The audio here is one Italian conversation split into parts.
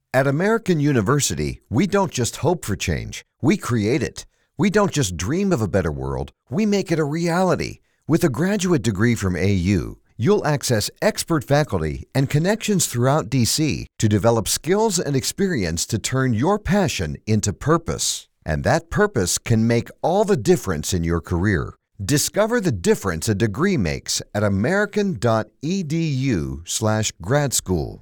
At American University, we don't just hope for change, we create it. We don't just dream of a better world, we make it a reality. With a graduate degree from AU, you'll access expert faculty and connections throughout DC to develop skills and experience to turn your passion into purpose. And that purpose can make all the difference in your career. Discover the difference a degree makes at american.edu/grad school.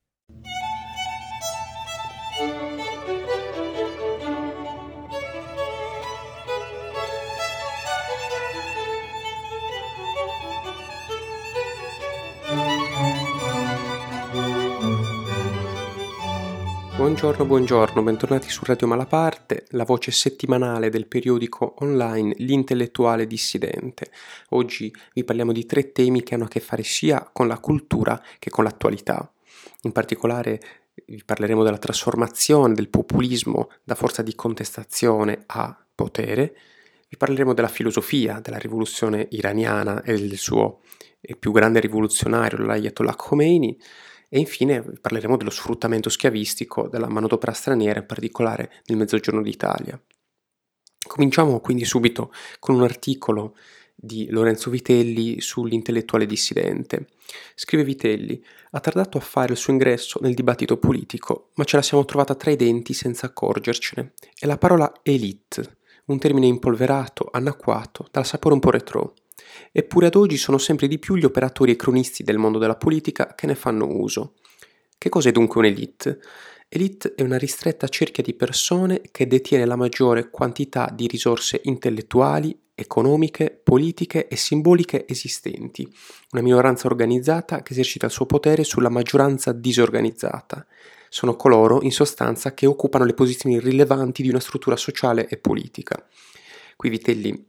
Buongiorno, bentornati su Radio Malaparte, la voce settimanale del periodico online L'Intellettuale Dissidente. Oggi vi parliamo di 3 temi che hanno a che fare sia con la cultura che con l'attualità. In particolare vi parleremo della trasformazione del populismo da forza di contestazione a potere, vi parleremo della filosofia della rivoluzione iraniana e del suo più grande rivoluzionario, l'Ayatollah Khomeini, e infine parleremo dello sfruttamento schiavistico della manodopera straniera, in particolare nel Mezzogiorno d'Italia. Cominciamo quindi subito con un articolo di Lorenzo Vitelli sull'Intellettuale Dissidente. Scrive Vitelli: ha tardato a fare il suo ingresso nel dibattito politico, ma ce la siamo trovata tra i denti senza accorgercene. È la parola élite, un termine impolverato, anacquato, dal sapore un po' retrò. Eppure ad oggi sono sempre di più gli operatori e cronisti del mondo della politica che ne fanno uso. Che cos'è dunque un'élite? Élite è una ristretta cerchia di persone che detiene la maggiore quantità di risorse intellettuali, economiche, politiche e simboliche esistenti, una minoranza organizzata che esercita il suo potere sulla maggioranza disorganizzata. Sono coloro, in sostanza, che occupano le posizioni rilevanti di una struttura sociale e politica. Qui Vitelli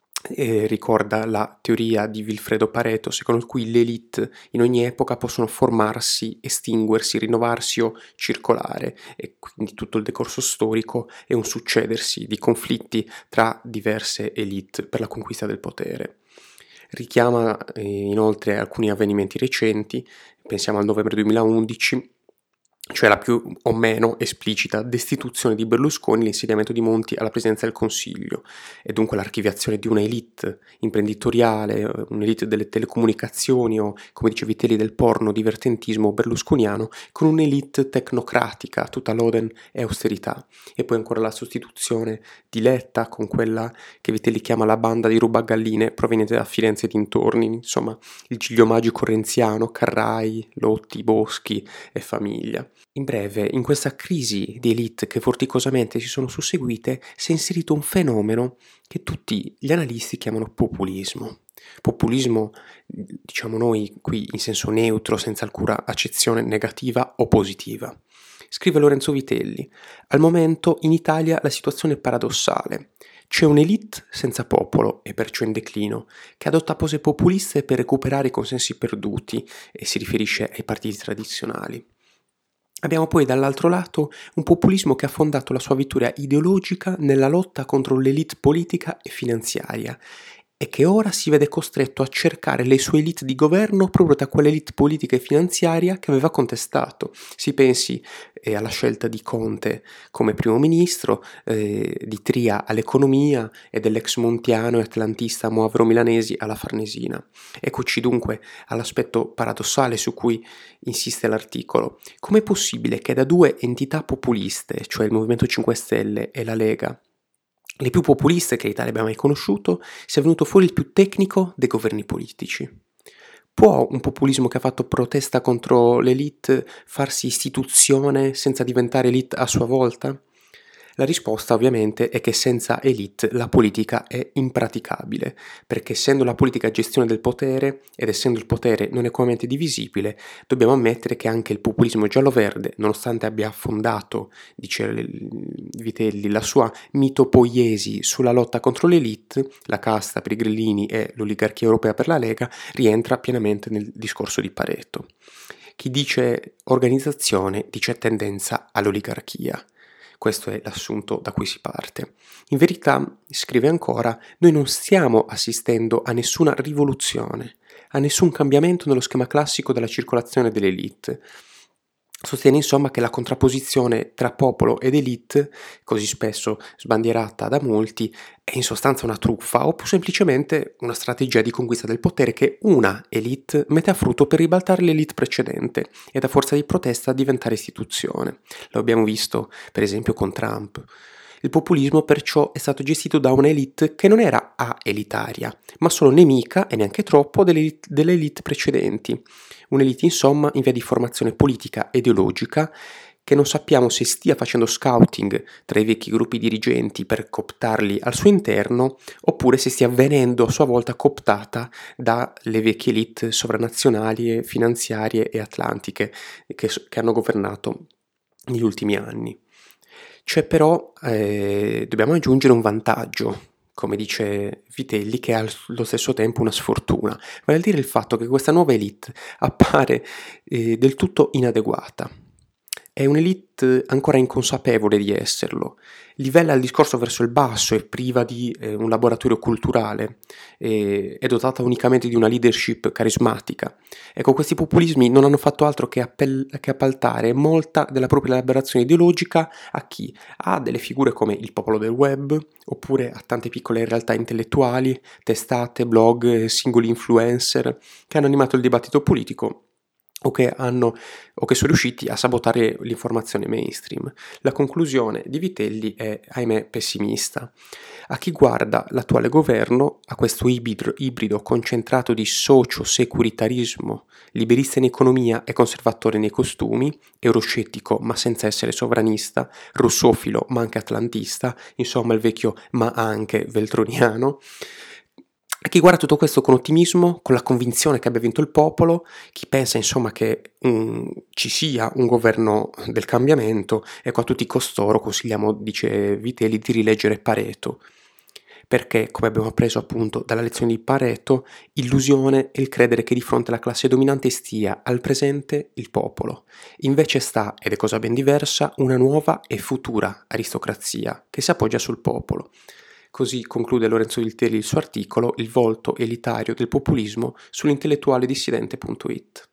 ricorda la teoria di Vilfredo Pareto, secondo cui le élite in ogni epoca possono formarsi, estinguersi, rinnovarsi o circolare, e quindi tutto il decorso storico è un succedersi di conflitti tra diverse élite per la conquista del potere. Richiama inoltre alcuni avvenimenti recenti, pensiamo al novembre 2011, cioè la più o meno esplicita destituzione di Berlusconi e l'insediamento di Monti alla presidenza del Consiglio, e dunque l'archiviazione di una élite imprenditoriale, un'élite delle telecomunicazioni o, come dice Vitelli, del porno divertentismo berlusconiano, con un'élite tecnocratica, tutta loden e austerità. E poi ancora la sostituzione di Letta con quella che Vitelli chiama la banda di rubagalline proveniente da Firenze e dintorni, insomma il Giglio magico renziano, Carrai, Lotti, Boschi e famiglia. In breve, in questa crisi di élite che vorticosamente si sono susseguite, si è inserito un fenomeno che tutti gli analisti chiamano populismo. Populismo, diciamo noi qui in senso neutro, senza alcuna accezione negativa o positiva. Scrive Lorenzo Vitelli: al momento in Italia la situazione è paradossale. C'è un'élite senza popolo e perciò in declino, che adotta pose populiste per recuperare i consensi perduti, e si riferisce ai partiti tradizionali. Abbiamo poi dall'altro lato un populismo che ha fondato la sua vittoria ideologica nella lotta contro l'élite politica e finanziaria e che ora si vede costretto a cercare le sue élite di governo proprio da quell'élite politica e finanziaria che aveva contestato. Si pensi alla scelta di Conte come primo ministro, di Tria all'economia e dell'ex montiano e atlantista Moavero Milanesi alla Farnesina. Eccoci dunque all'aspetto paradossale su cui insiste l'articolo. Com'è possibile che da 2 entità populiste, cioè il Movimento 5 Stelle e la Lega, le più populiste che l'Italia abbia mai conosciuto, sia venuto fuori il più tecnico dei governi politici? Può un populismo che ha fatto protesta contro l'élite farsi istituzione senza diventare élite a sua volta? La risposta ovviamente è che senza élite la politica è impraticabile, perché essendo la politica gestione del potere ed essendo il potere non equamente divisibile, dobbiamo ammettere che anche il populismo giallo-verde, nonostante abbia fondato, dice Vitelli, la sua mitopoiesi sulla lotta contro l'élite, la casta per i grillini e l'oligarchia europea per la Lega, rientra pienamente nel discorso di Pareto. Chi dice organizzazione dice tendenza all'oligarchia. Questo è l'assunto da cui si parte. In verità, scrive ancora, noi non stiamo assistendo a nessuna rivoluzione, a nessun cambiamento nello schema classico della circolazione dell'élite. Sostiene insomma che la contrapposizione tra popolo ed elite, così spesso sbandierata da molti, è in sostanza una truffa o più semplicemente una strategia di conquista del potere che una elite mette a frutto per ribaltare l'elite precedente ed a forza di protesta diventare istituzione. Lo abbiamo visto per esempio con Trump. Il populismo perciò è stato gestito da un'elite che non era elitaria, ma solo nemica e neanche troppo delle elite precedenti. Un'elite insomma in via di formazione politica e ideologica che non sappiamo se stia facendo scouting tra i vecchi gruppi dirigenti per cooptarli al suo interno oppure se stia venendo a sua volta cooptata dalle vecchie elite sovranazionali, finanziarie e atlantiche che hanno governato negli ultimi anni. C'è però, dobbiamo aggiungere un vantaggio, come dice Vitelli, che è allo stesso tempo una sfortuna, vale a dire il fatto che questa nuova elite appare del tutto inadeguata. È un'elite ancora inconsapevole di esserlo, livella il discorso verso il basso, è priva di un laboratorio culturale, è dotata unicamente di una leadership carismatica. Ecco, questi populismi non hanno fatto altro che appaltare molta della propria elaborazione ideologica a chi? A delle figure come il popolo del web, oppure a tante piccole realtà intellettuali, testate, blog, singoli influencer che hanno animato il dibattito politico o che sono riusciti a sabotare l'informazione mainstream. La conclusione di Vitelli è, ahimè, pessimista. A chi guarda l'attuale governo, a questo ibrido concentrato di socio-securitarismo, liberista in economia e conservatore nei costumi, euroscettico ma senza essere sovranista, russofilo ma anche atlantista, insomma il vecchio ma anche veltroniano, a chi guarda tutto questo con ottimismo, con la convinzione che abbia vinto il popolo, chi pensa insomma che ci sia un governo del cambiamento, ecco, a tutti costoro consigliamo, dice Vitelli, di rileggere Pareto, perché, come abbiamo appreso appunto dalla lezione di Pareto, illusione è il credere che di fronte alla classe dominante stia al presente il popolo. Invece sta, ed è cosa ben diversa, una nuova e futura aristocrazia che si appoggia sul popolo. Così conclude Lorenzo Vitelli il suo articolo Il volto elitario del populismo sull'intellettuale dissidente.it.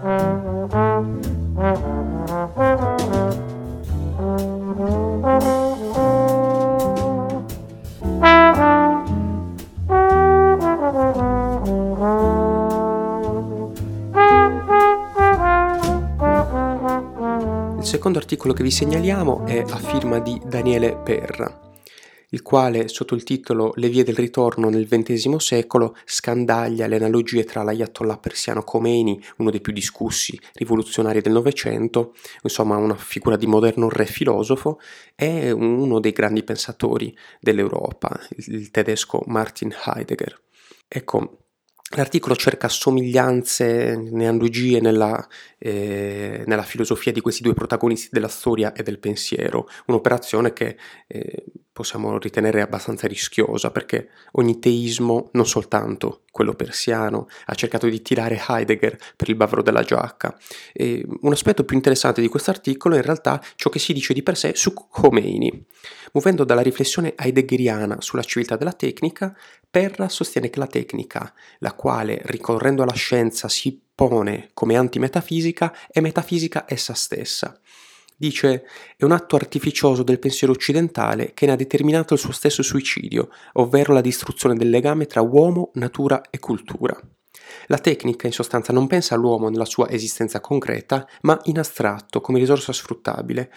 Il secondo articolo che vi segnaliamo è a firma di Daniele Perra, il quale, sotto il titolo Le vie del ritorno nel XX secolo, scandaglia le analogie tra l'ayatollah persiano Khomeini, uno dei più discussi rivoluzionari del Novecento, insomma una figura di moderno re filosofo, e uno dei grandi pensatori dell'Europa, il tedesco Martin Heidegger. Ecco, l'articolo cerca somiglianze, analogie nella filosofia di questi due protagonisti della storia e del pensiero, un'operazione che possiamo ritenere abbastanza rischiosa perché ogni teismo, non soltanto quello persiano, ha cercato di tirare Heidegger per il bavero della giacca. E un aspetto più interessante di questo articolo è in realtà ciò che si dice di per sé su Khomeini. Muovendo dalla riflessione heideggeriana sulla civiltà della tecnica, Perra sostiene che la tecnica, la quale ricorrendo alla scienza si pone come antimetafisica, è metafisica essa stessa. Dice, è un atto artificioso del pensiero occidentale che ne ha determinato il suo stesso suicidio, ovvero la distruzione del legame tra uomo, natura e cultura. La tecnica, in sostanza, non pensa all'uomo nella sua esistenza concreta, ma in astratto, come risorsa sfruttabile,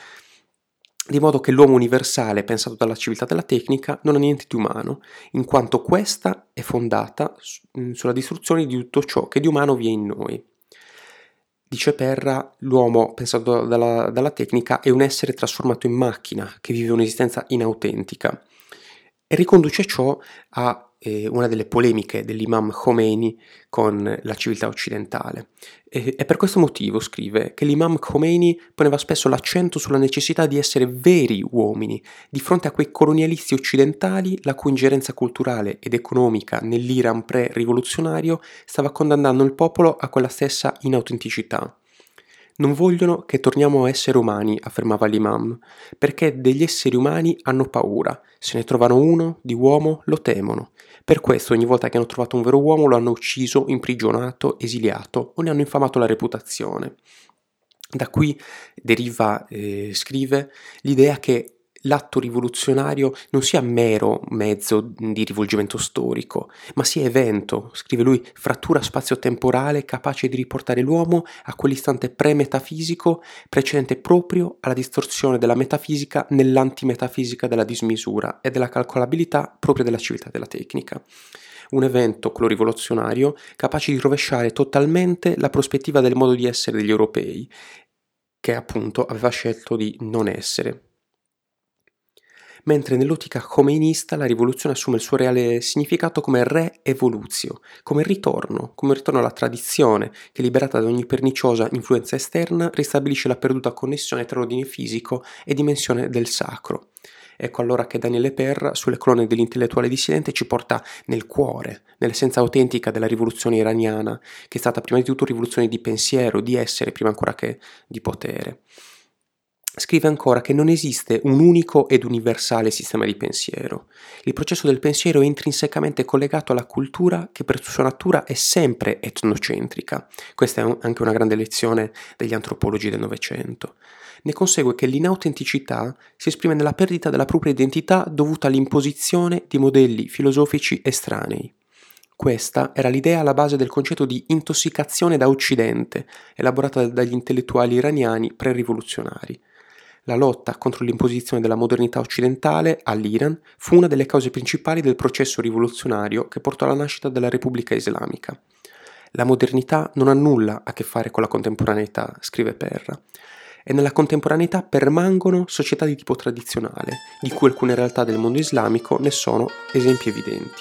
di modo che l'uomo universale, pensato dalla civiltà della tecnica, non ha niente di umano, in quanto questa è fondata sulla distruzione di tutto ciò che di umano vi è in noi. Dice Perra, l'uomo, pensato dalla tecnica, è un essere trasformato in macchina, che vive un'esistenza inautentica. E riconduce ciò a una delle polemiche dell'imam Khomeini con la civiltà occidentale. E per questo motivo, scrive, che l'imam Khomeini poneva spesso l'accento sulla necessità di essere veri uomini di fronte a quei colonialisti occidentali la cui ingerenza culturale ed economica nell'Iran pre-rivoluzionario stava condannando il popolo a quella stessa inautenticità. Non vogliono che torniamo a essere umani, affermava l'imam, perché degli esseri umani hanno paura. Se ne trovano uno di uomo lo temono. Per questo ogni volta che hanno trovato un vero uomo lo hanno ucciso, imprigionato, esiliato o ne hanno infamato la reputazione. Da qui deriva, scrive, l'idea che l'atto rivoluzionario non sia mero mezzo di rivolgimento storico, ma sia evento, scrive lui, frattura spazio-temporale capace di riportare l'uomo a quell'istante pre-metafisico precedente proprio alla distorsione della metafisica nell'antimetafisica della dismisura e della calcolabilità propria della civiltà della tecnica. Un evento, quello rivoluzionario, capace di rovesciare totalmente la prospettiva del modo di essere degli europei, che appunto aveva scelto di non essere. Mentre nell'ottica khomeinista la rivoluzione assume il suo reale significato come re-evoluzio, come ritorno alla tradizione che, liberata da ogni perniciosa influenza esterna, ristabilisce la perduta connessione tra ordine fisico e dimensione del sacro. Ecco allora che Daniele Perra, sulle colonne dell'intellettuale dissidente, ci porta nel cuore, nell'essenza autentica della rivoluzione iraniana, che è stata prima di tutto rivoluzione di pensiero, di essere, prima ancora che di potere. Scrive ancora che non esiste un unico ed universale sistema di pensiero. Il processo del pensiero è intrinsecamente collegato alla cultura, che per sua natura è sempre etnocentrica. Questa è anche una grande lezione degli antropologi del Novecento. Ne consegue che l'inautenticità si esprime nella perdita della propria identità dovuta all'imposizione di modelli filosofici estranei. Questa era l'idea alla base del concetto di intossicazione da Occidente, elaborata dagli intellettuali iraniani pre-rivoluzionari. La lotta contro l'imposizione della modernità occidentale all'Iran fu una delle cause principali del processo rivoluzionario che portò alla nascita della Repubblica Islamica. La modernità non ha nulla a che fare con la contemporaneità, scrive Perra, e nella contemporaneità permangono società di tipo tradizionale, di cui alcune realtà del mondo islamico ne sono esempi evidenti.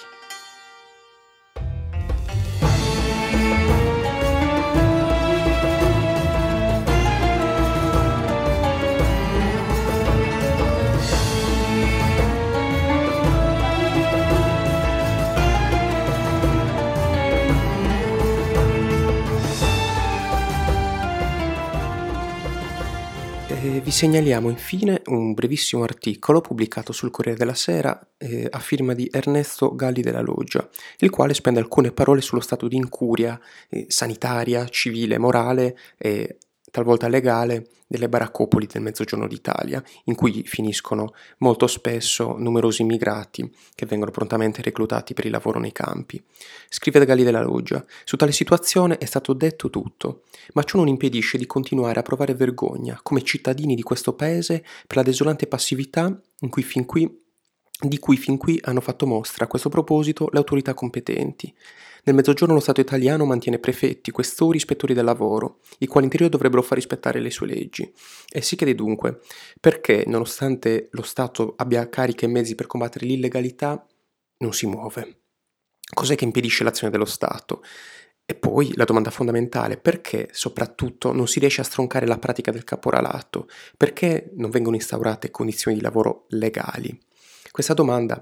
Vi segnaliamo infine un brevissimo articolo pubblicato sul Corriere della Sera a firma di Ernesto Galli della Loggia, il quale spende alcune parole sullo stato di incuria sanitaria, civile, morale e talvolta legale delle baraccopoli del Mezzogiorno d'Italia, in cui finiscono molto spesso numerosi immigrati che vengono prontamente reclutati per il lavoro nei campi. Scrive Galli della Loggia: su tale situazione è stato detto tutto, ma ciò non impedisce di continuare a provare vergogna come cittadini di questo paese per la desolante passività di cui fin qui hanno fatto mostra a questo proposito le autorità competenti. Nel Mezzogiorno lo Stato italiano mantiene prefetti, questori, ispettori del lavoro, i quali in teoria dovrebbero far rispettare le sue leggi. E si chiede dunque, perché, nonostante lo Stato abbia cariche e mezzi per combattere l'illegalità, non si muove? Cos'è che impedisce l'azione dello Stato? E poi la domanda fondamentale, perché soprattutto non si riesce a stroncare la pratica del caporalato? Perché non vengono instaurate condizioni di lavoro legali? Questa domanda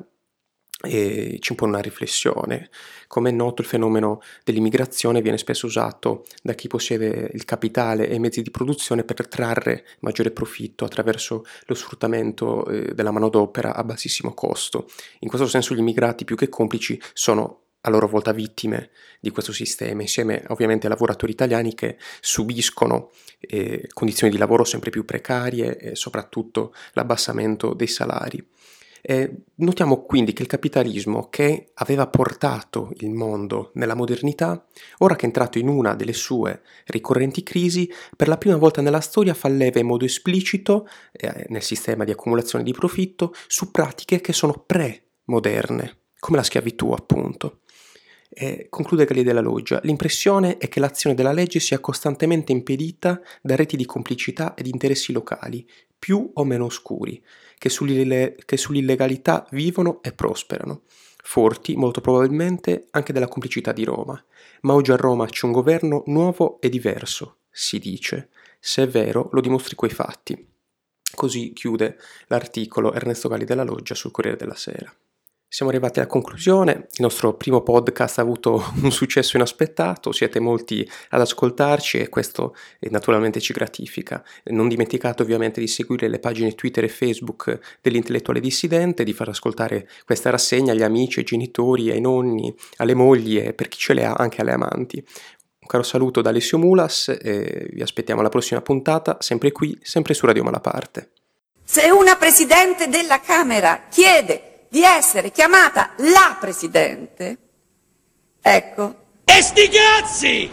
ci impone una riflessione. Come è noto, il fenomeno dell'immigrazione viene spesso usato da chi possiede il capitale e i mezzi di produzione per trarre maggiore profitto attraverso lo sfruttamento della manodopera a bassissimo costo. In questo senso gli immigrati, più che complici, sono a loro volta vittime di questo sistema, insieme ovviamente ai lavoratori italiani che subiscono condizioni di lavoro sempre più precarie e soprattutto l'abbassamento dei salari. Notiamo quindi che il capitalismo, che aveva portato il mondo nella modernità, ora che è entrato in una delle sue ricorrenti crisi, per la prima volta nella storia fa leva in modo esplicito nel sistema di accumulazione di profitto su pratiche che sono pre-moderne, come la schiavitù appunto. Conclude Galli della Loggia: l'impressione è che l'azione della legge sia costantemente impedita da reti di complicità e di interessi locali, più o meno oscuri, che sull'illegalità vivono e prosperano, forti molto probabilmente anche della complicità di Roma. Ma oggi a Roma c'è un governo nuovo e diverso, si dice. Se è vero, lo dimostri coi fatti. Così chiude l'articolo Ernesto Galli della Loggia sul Corriere della Sera. Siamo arrivati alla conclusione, il nostro primo podcast ha avuto un successo inaspettato, siete molti ad ascoltarci e questo naturalmente ci gratifica. Non dimenticate ovviamente di seguire le pagine Twitter e Facebook dell'intellettuale dissidente, di far ascoltare questa rassegna agli amici, ai genitori, ai nonni, alle mogli e per chi ce le ha anche alle amanti. Un caro saluto da Alessio Mulas e vi aspettiamo alla prossima puntata, sempre qui, sempre su Radio Malaparte. Se una Presidente della Camera chiede di essere chiamata la Presidente, ecco. E sti cazzi!